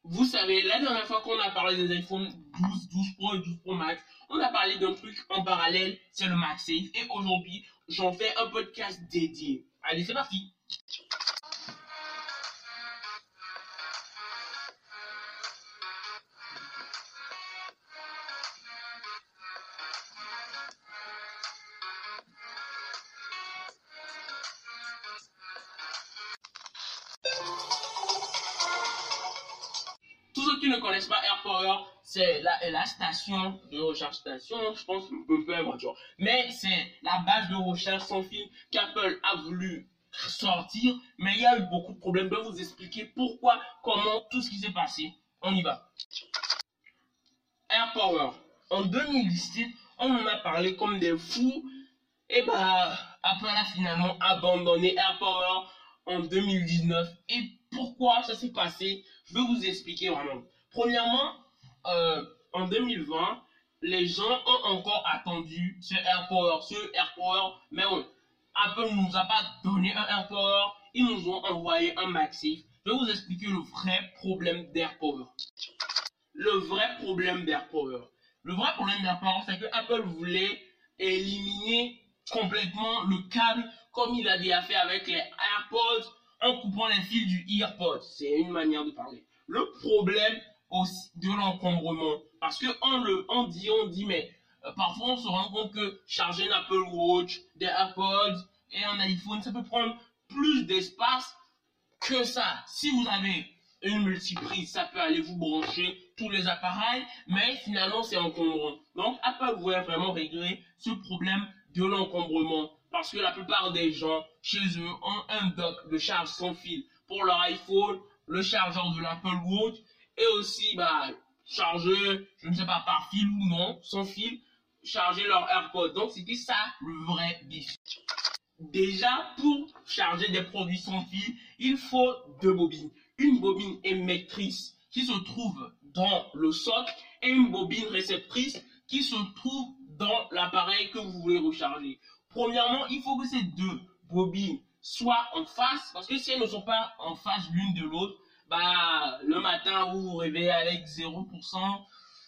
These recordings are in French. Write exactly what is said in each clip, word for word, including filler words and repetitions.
Vous savez, la dernière fois qu'on a parlé des iPhone douze, douze Pro et douze Pro Max, on a parlé d'un truc en parallèle, c'est le MagSafe. Et aujourd'hui, j'en fais un podcast dédié. Allez, c'est parti. Tous ceux qui ne connaissent pas AirPower, c'est la, la station de recharge station, je pense, peu peu importe. Mais c'est la base de recharge sans fil qu'Apple a voulu sortir, mais il y a eu beaucoup de problèmes. Je vais vous expliquer pourquoi, comment, tout ce qui s'est passé. On y va. AirPower. En deux mille dix-sept, on en a parlé comme des fous. Et bah, Apple a finalement abandonné AirPower en deux mille dix-neuf. Et pourquoi ça s'est passé? Je vais vous expliquer vraiment. Premièrement, euh, en deux mille vingt, les gens ont encore attendu ce AirPower, ce AirPower, mais bon, Apple ne nous a pas donné un AirPower, ils nous ont envoyé un MagSafe. Je vais vous expliquer le vrai problème d'AirPower. Le vrai problème d'AirPower. Le vrai problème d'AirPower, c'est que Apple voulait éliminer complètement le câble, comme il a déjà fait avec les AirPods, en coupant les fils du EarPod. C'est une manière de parler. Le problème aussi de l'encombrement, parce que on le, on dit, on dit, mais euh, parfois on se rend compte que charger un Apple Watch, des AirPods et un iPhone, ça peut prendre plus d'espace que ça. Si vous avez une multiprise, ça peut aller vous brancher tous les appareils, mais finalement c'est encombrant. Donc Apple voulait vraiment régler ce problème de l'encombrement, parce que la plupart des gens chez eux ont un dock de charge sans fil pour leur iPhone, le chargeur de l'Apple Watch, et aussi bah, charger, je ne sais pas, par fil ou non, sans fil, charger leur AirPods. Donc c'était ça le vrai défi. Déjà, pour charger des produits sans fil, il faut deux bobines. Une bobine émettrice qui se trouve dans le socle et une bobine réceptrice qui se trouve dans l'appareil que vous voulez recharger. Premièrement, il faut que ces deux bobines soient en face, parce que si elles ne sont pas en face l'une de l'autre, bah, le matin, vous vous réveillez avec zéro pour cent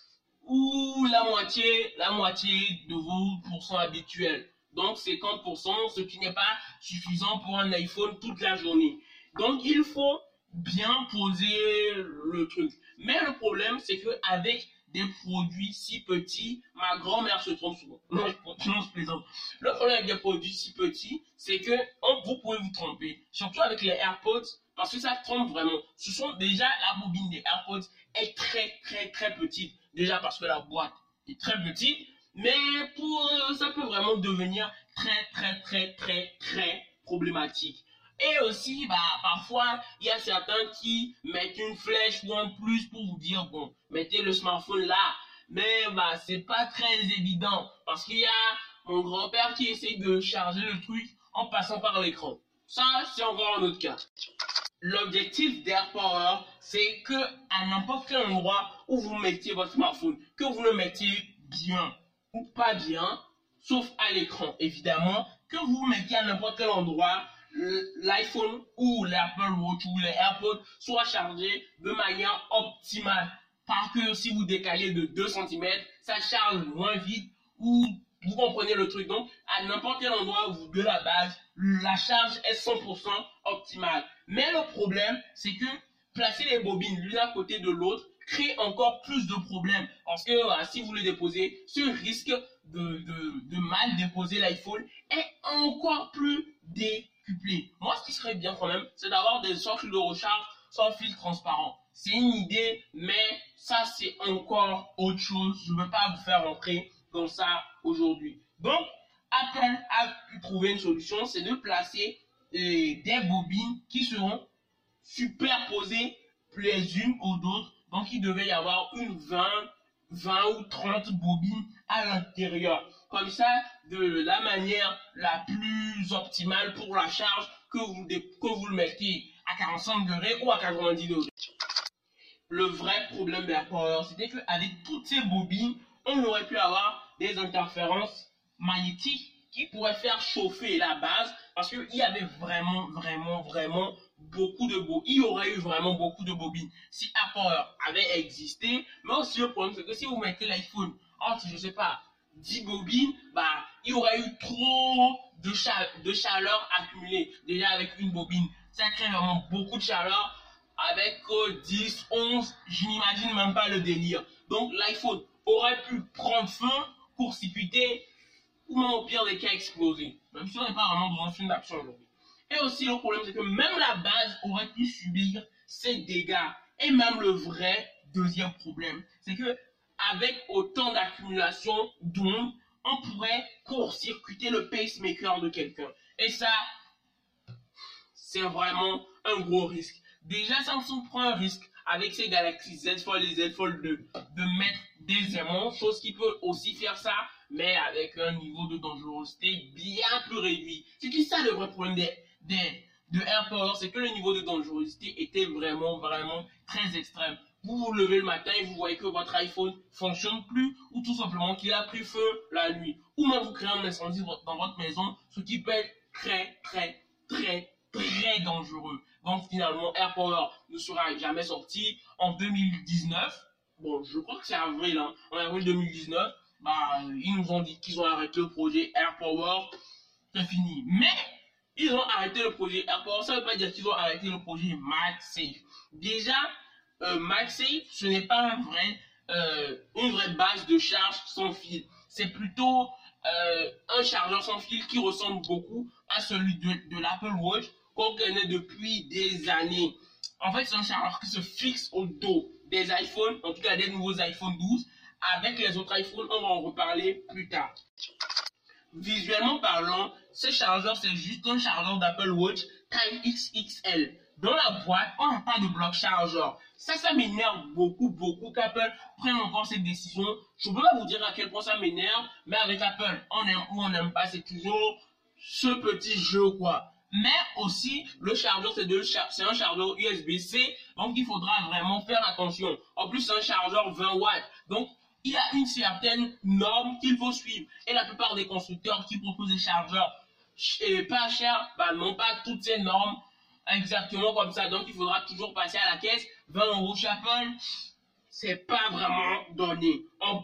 ou la moitié, la moitié de vos pourcents habituels. Donc cinquante pour cent, ce qui n'est pas suffisant pour un iPhone toute la journée. Donc il faut bien poser le truc. Mais le problème, c'est qu'avec des produits si petits, ma grand-mère se trompe souvent. Non, je, non, je plaisante. Le problème avec des produits si petits, c'est que oh, vous pouvez vous tromper. Surtout avec les AirPods, parce que ça trompe vraiment. Ce sont déjà, la bobine des AirPods est très, très, très petite. Déjà parce que la boîte est très petite. Mais pour, euh, ça peut vraiment devenir très, très, très, très, très problématique. Et aussi, bah, parfois, il y a certains qui mettent une flèche ou un plus pour vous dire, bon, mettez le smartphone là. Mais, bah, c'est pas très évident. Parce qu'il y a mon grand-père qui essaie de charger le truc en passant par l'écran. Ça, c'est encore un autre cas. L'objectif d'AirPower, c'est que à n'importe quel endroit où vous mettiez votre smartphone, que vous le mettiez bien ou pas bien, sauf à l'écran, évidemment, que vous mettiez à n'importe quel endroit, l'iPhone ou l'Apple Watch ou les AirPods soient chargés de manière optimale. Parce que si vous décalez de deux centimètres, ça charge moins vite ou vous comprenez le truc. Donc, à n'importe quel endroit où de la base, la charge est cent pour cent optimale. Mais le problème, c'est que placer les bobines l'une à côté de l'autre crée encore plus de problèmes. Parce que voilà, si vous le déposez, ce risque de, de, de mal déposer l'iPhone est encore plus décuplé. Moi, ce qui serait bien quand même, c'est d'avoir des socles de recharge sans fil transparent. C'est une idée, mais ça, c'est encore autre chose. Je ne veux pas vous faire rentrer dans ça aujourd'hui. Donc, Apple a pu trouver une solution, c'est de placer euh, des bobines qui seront superposées les unes aux autres. Donc, il devait y avoir une vingt, vingt ou trente bobines à l'intérieur. Comme ça, de la manière la plus optimale pour la charge, que vous, que vous le mettez à quarante-cinq degrés ou à quatre-vingt-dix degrés. Le vrai problème d'AirPower, c'était qu'avec toutes ces bobines, on aurait pu avoir des interférences magnétiques qui pourraient faire chauffer la base, parce qu'il y avait vraiment, vraiment, vraiment beaucoup de bobines. Il y aurait eu vraiment beaucoup de bobines si AirPower avait existé. Mais aussi le problème, c'est que si vous mettez l'iPhone entre, je sais pas, dix bobines, bah, il y aurait eu trop de, cha de chaleur accumulée. Déjà avec une bobine, ça crée vraiment beaucoup de chaleur. Avec euh, dix, onze, je n'imagine même pas le délire. Donc l'iPhone aurait pu prendre feu, court-circuiter, ou même au pire des cas exploser. Même si on n'est pas vraiment dans un film d'action aujourd'hui. Et aussi le problème, c'est que même la base aurait pu subir ces dégâts. Et même le vrai deuxième problème, c'est que avec autant d'accumulation d'ondes, on pourrait court-circuiter le pacemaker de quelqu'un. Et ça, c'est vraiment un gros risque. Déjà, Samsung prend un risque avec ses Galaxy Z Fold et Z Fold deux de mettre des aimants, chose qui peut aussi faire ça, mais avec un niveau de dangerosité bien plus réduit. C'était ça le vrai problème des, des, de AirPower, c'est que le niveau de dangerosité était vraiment, vraiment très extrême. Vous vous levez le matin et vous voyez que votre iPhone fonctionne plus, ou tout simplement qu'il a pris feu la nuit. Ou même vous créez un incendie dans votre maison, ce qui peut être très, très, très, très dangereux. Donc finalement, AirPower ne sera jamais sorti en deux mille dix-neuf. Bon, je crois que c'est avril, hein. En avril deux mille dix-neuf, bah, ils nous ont dit qu'ils ont arrêté le projet AirPower. C'est fini. Mais ils ont arrêté le projet AirPower. Ça ne veut pas dire qu'ils ont arrêté le projet MagSafe. Déjà, euh, MagSafe, ce n'est pas un vrai, euh, une vraie base de charge sans fil. C'est plutôt euh, un chargeur sans fil qui ressemble beaucoup à celui de, de l'Apple Watch qu'on connaît depuis des années. En fait, c'est un chargeur qui se fixe au dos des iPhones, en tout cas des nouveaux iPhone douze. Avec les autres iPhones, on va en reparler plus tard. Visuellement parlant, ce chargeur, c'est juste un chargeur d'Apple Watch taille X X L. Dans la boîte, on n'a pas de bloc chargeur. Ça, ça m'énerve beaucoup, beaucoup qu'Apple prenne encore cette décision. Je ne peux pas vous dire à quel point ça m'énerve, mais avec Apple, on aime ou on n'aime pas, c'est toujours ce petit jeu, quoi. Mais aussi, le chargeur, c'est un chargeur U S B C, donc il faudra vraiment faire attention. En plus, c'est un chargeur vingt watts. Donc, il y a une certaine norme qu'il faut suivre. Et la plupart des constructeurs qui proposent des chargeurs pas chers, bah, n'ont pas toutes ces normes exactement comme ça. Donc, il faudra toujours passer à la caisse. vingt euros chez Apple, c'est pas vraiment donné.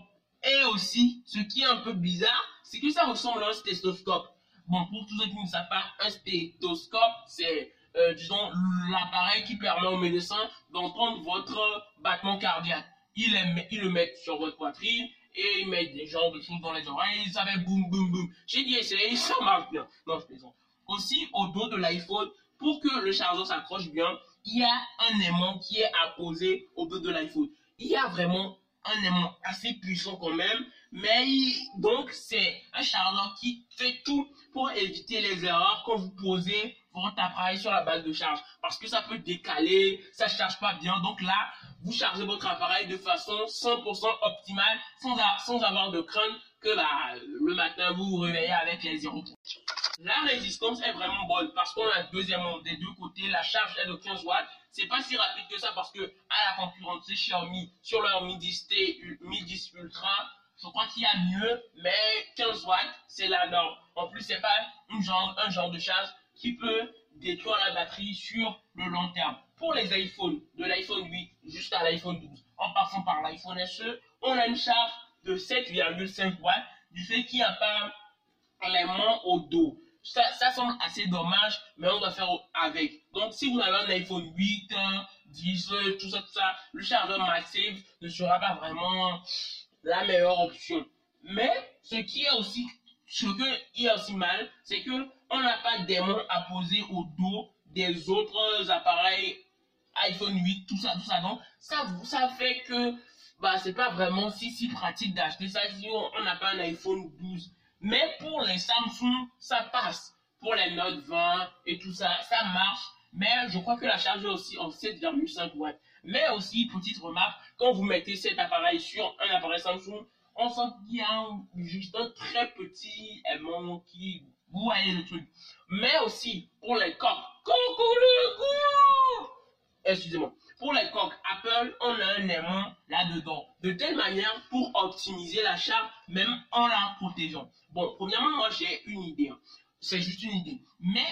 Et aussi, ce qui est un peu bizarre, c'est que ça ressemble à un stéthoscope. Bon, pour tous ceux qui ne savent pas, un stéthoscope, c'est, euh, disons, l'appareil qui permet aux médecins d'entendre votre battement cardiaque. Ils, aiment, ils le mettent sur votre poitrine et ils mettent des genres de choses dans les oreilles. Ça fait boum, boum, boum. J'ai dit essayer, ça marche bien. Non, je plaisante. Aussi, au dos de l'iPhone, pour que le chargeur s'accroche bien, il y a un aimant qui est apposé au dos de l'iPhone. Il y a vraiment un aimant assez puissant quand même, mais il, donc c'est un chargeur qui fait tout pour éviter les erreurs quand vous posez votre appareil sur la base de charge, parce que ça peut décaler, ça ne charge pas bien. Donc là, vous chargez votre appareil de façon cent pour cent optimale, sans, a, sans avoir de crainte que bah, le matin vous vous réveillez avec les zéro. La résistance est vraiment bonne parce qu'on a deuxièmement des deux côtés, la charge est de quinze watts. C'est pas si rapide que ça parce que à la concurrence c'est Xiaomi sur leur Mi dix T, Mi dix Ultra, je crois qu'il y a mieux, mais quinze watts c'est la norme. En plus c'est pas une genre, un genre de charge qui peut détruire la batterie sur le long terme. Pour les iPhones, de l'iPhone huit jusqu'à l'iPhone douze, en passant par l'iPhone S E, on a une charge de sept virgule cinq watts du fait qu'il n'y a pas les mains au dos. Ça, ça semble assez dommage, mais on doit faire avec. Donc, si vous avez un iPhone huit, dix, tout ça, tout ça, le chargeur MagSafe ne sera pas vraiment la meilleure option. Mais, ce qui est aussi, ce qui est aussi mal, c'est que on n'a pas d'aimant à poser au dos des autres appareils iPhone huit, tout ça, tout ça. Donc, ça, ça fait que, bah, c'est pas vraiment si, si pratique d'acheter ça si on n'a pas un iPhone douze. Mais pour les Samsung, ça passe. Pour les Note vingt et tout ça, ça marche. Mais je crois que la charge est aussi en sept virgule cinq watts. Mais aussi, petite remarque, quand vous mettez cet appareil sur un appareil Samsung, on sent qu'il y a un, juste un très petit aimant qui... Vous voyez le truc. Mais aussi, pour les coques. Coucou le cou! Excusez-moi. Pour les coques Apple, on a un aimant là-dedans. De telle manière pour optimiser la charge, même en la protégeant. Bon, premièrement, moi j'ai une idée. Hein. C'est juste une idée. Mais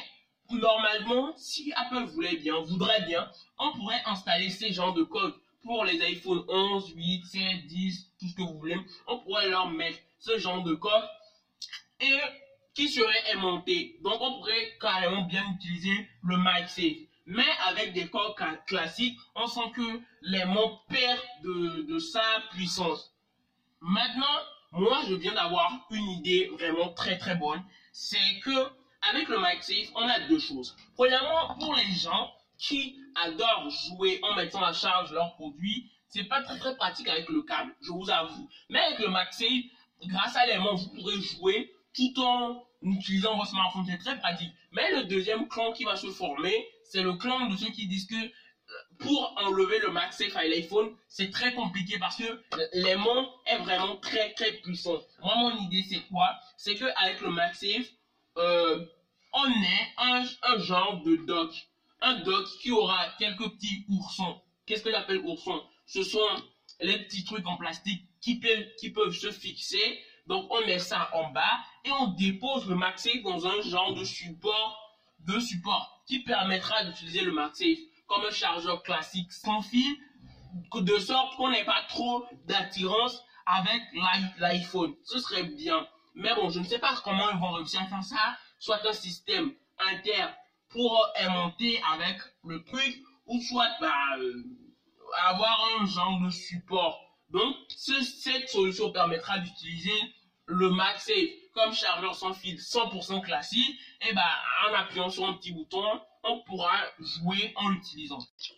normalement, si Apple voulait bien, voudrait bien, on pourrait installer ces genres de codes pour les iPhone onze, huit, sept, dix, tout ce que vous voulez. On pourrait leur mettre ce genre de code et qui serait aimanté. Donc, on pourrait carrément bien utiliser le MagSafe. Mais avec des codes classiques, on sent que l'aimant perd de, de sa puissance. Maintenant, moi, je viens d'avoir une idée vraiment très très bonne. C'est que avec le MagSafe, on a deux choses. Premièrement, pour les gens qui adorent jouer en mettant à charge leurs produits, c'est pas très très pratique avec le câble, je vous avoue. Mais avec le MagSafe, grâce à l'aimant, vous pourrez jouer tout en utilisant votre smartphone, c'est très pratique. Mais le deuxième clan qui va se former, c'est le clan de ceux qui disent que pour enlever le MagSafe à l'iPhone, c'est très compliqué parce que l'aimant est vraiment très très puissant. Moi, mon idée, c'est quoi? C'est qu'avec le MagSafe, euh, on est un, un genre de dock. Un dock qui aura quelques petits oursons. Qu'est-ce que j'appelle oursons? Ce sont les petits trucs en plastique qui peuvent, qui peuvent se fixer. Donc, on met ça en bas et on dépose le MagSafe dans un genre de support, de support qui permettra d'utiliser le MagSafe comme un chargeur classique sans fil, de sorte qu'on n'ait pas trop d'attirance avec l'iPhone. Ce serait bien. Mais bon, je ne sais pas comment ils vont réussir à faire ça. Soit un système inter pour aimanter avec le truc, ou soit bah, euh, avoir un genre de support. Donc, ce, cette solution permettra d'utiliser le MagSafe comme chargeur sans fil cent pour cent classique. Et bah, en appuyant sur un petit bouton, on pourra jouer en l'utilisant.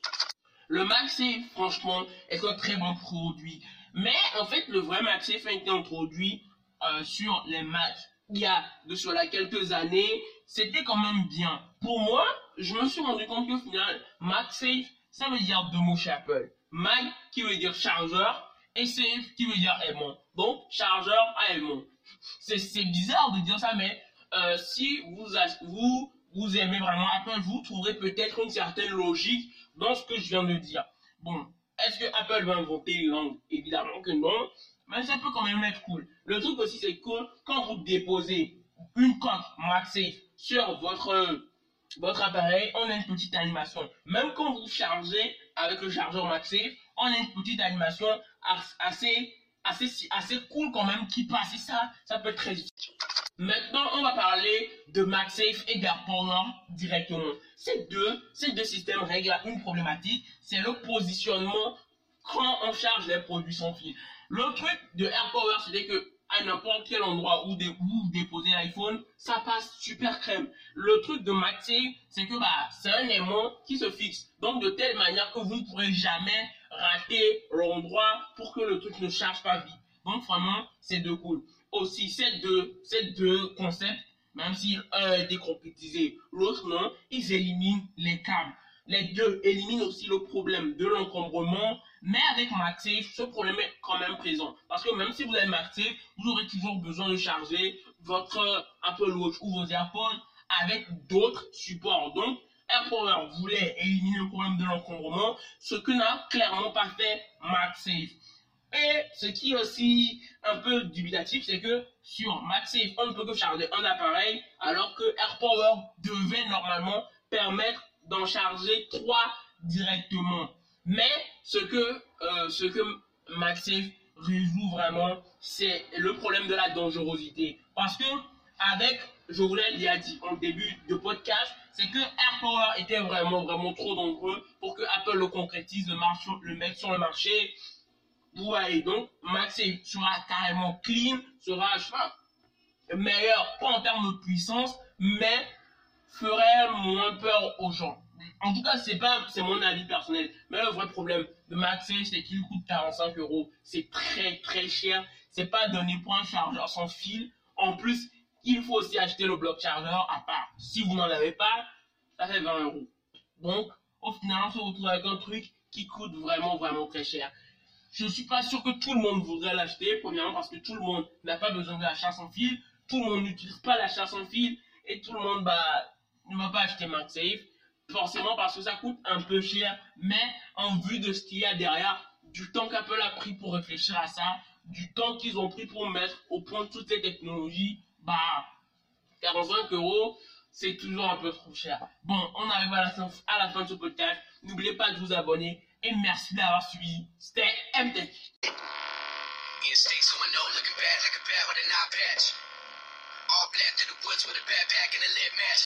Le MagSafe, franchement, est un très bon produit. Mais en fait, le vrai MagSafe a été introduit euh, sur les Macs il y a de cela quelques années. C'était quand même bien. Pour moi, je me suis rendu compte qu'au final, MagSafe, ça veut dire deux mots chez Apple. Mag qui veut dire chargeur et Safe qui veut dire aimant. Donc, chargeur à aimant. C'est bizarre de dire ça, mais euh, si vous, vous, vous aimez vraiment Apple, vous trouverez peut-être une certaine logique dans ce que je viens de dire. Bon, est-ce que Apple va inventer une langue? Évidemment que non, mais ça peut quand même être cool. Le truc aussi, c'est que quand vous déposez une coque MagSafe sur votre, votre appareil, on a une petite animation. Même quand vous chargez avec le chargeur MagSafe, on a une petite animation assez, assez, assez cool quand même qui passe. Et ça, ça peut être très utile. Maintenant, on va parler de MagSafe et d'AirPower directement. Ces deux, ces deux systèmes règlent une problématique, c'est le positionnement quand on charge les produits sans fil. Le truc de AirPower, c'était que à n'importe quel endroit où, vous déposez l'iPhone, ça passe super crème. Le truc de MagSafe, c'est que bah, c'est un aimant qui se fixe. Donc de telle manière que vous ne pourrez jamais rater l'endroit pour que le truc ne charge pas vite. Donc vraiment, c'est de cool. Aussi, ces deux, ces deux concepts, même si un a été concrétisé, l'autre non, ils éliminent les câbles. Les deux éliminent aussi le problème de l'encombrement, mais avec MagSafe, ce problème est quand même présent. Parce que même si vous avez MagSafe, vous aurez toujours besoin de charger votre Apple Watch ou vos AirPods avec d'autres supports. Donc, AirPower voulait éliminer le problème de l'encombrement, ce que n'a clairement pas fait MagSafe. Et ce qui est aussi un peu dubitatif, c'est que sur MagSafe, on ne peut que charger un appareil, alors que AirPower devait normalement permettre d'en charger trois directement. Mais ce que, euh, ce que MagSafe résout vraiment, c'est le problème de la dangerosité. Parce que, avec, je vous l'ai déjà dit en début de podcast, c'est que AirPower était vraiment, vraiment trop dangereux pour que Apple le concrétise, le, marche, le mette sur le marché. Vous voyez, donc, MagSafe sera carrément clean, sera, je sais pas, meilleur, pas en termes de puissance, mais ferait moins peur aux gens. En tout cas, c'est pas, c'est mon avis personnel. Mais le vrai problème de MagSafe, c'est qu'il coûte quarante-cinq euros. C'est très, très cher. C'est pas donné pour un chargeur sans fil. En plus, il faut aussi acheter le bloc chargeur à part. Si vous n'en avez pas, ça fait vingt euros. Donc, au final, on se retrouve avec un truc qui coûte vraiment, vraiment très cher. Je ne suis pas sûr que tout le monde voudrait l'acheter, premièrement parce que tout le monde n'a pas besoin de la charge sans fil, tout le monde n'utilise pas la charge sans fil, et tout le monde bah, ne va pas acheter MagSafe, forcément parce que ça coûte un peu cher, mais en vue de ce qu'il y a derrière, du temps qu'Apple a pris pour réfléchir à ça, du temps qu'ils ont pris pour mettre au point toutes ces technologies, bah, quarante-cinq euros, c'est toujours un peu trop cher. Bon, on arrive à la fin, à la fin de ce podcast. N'oubliez pas de vous abonner et merci d'avoir suivi. C'était M T. All black through the woods with a backpack and a lit match.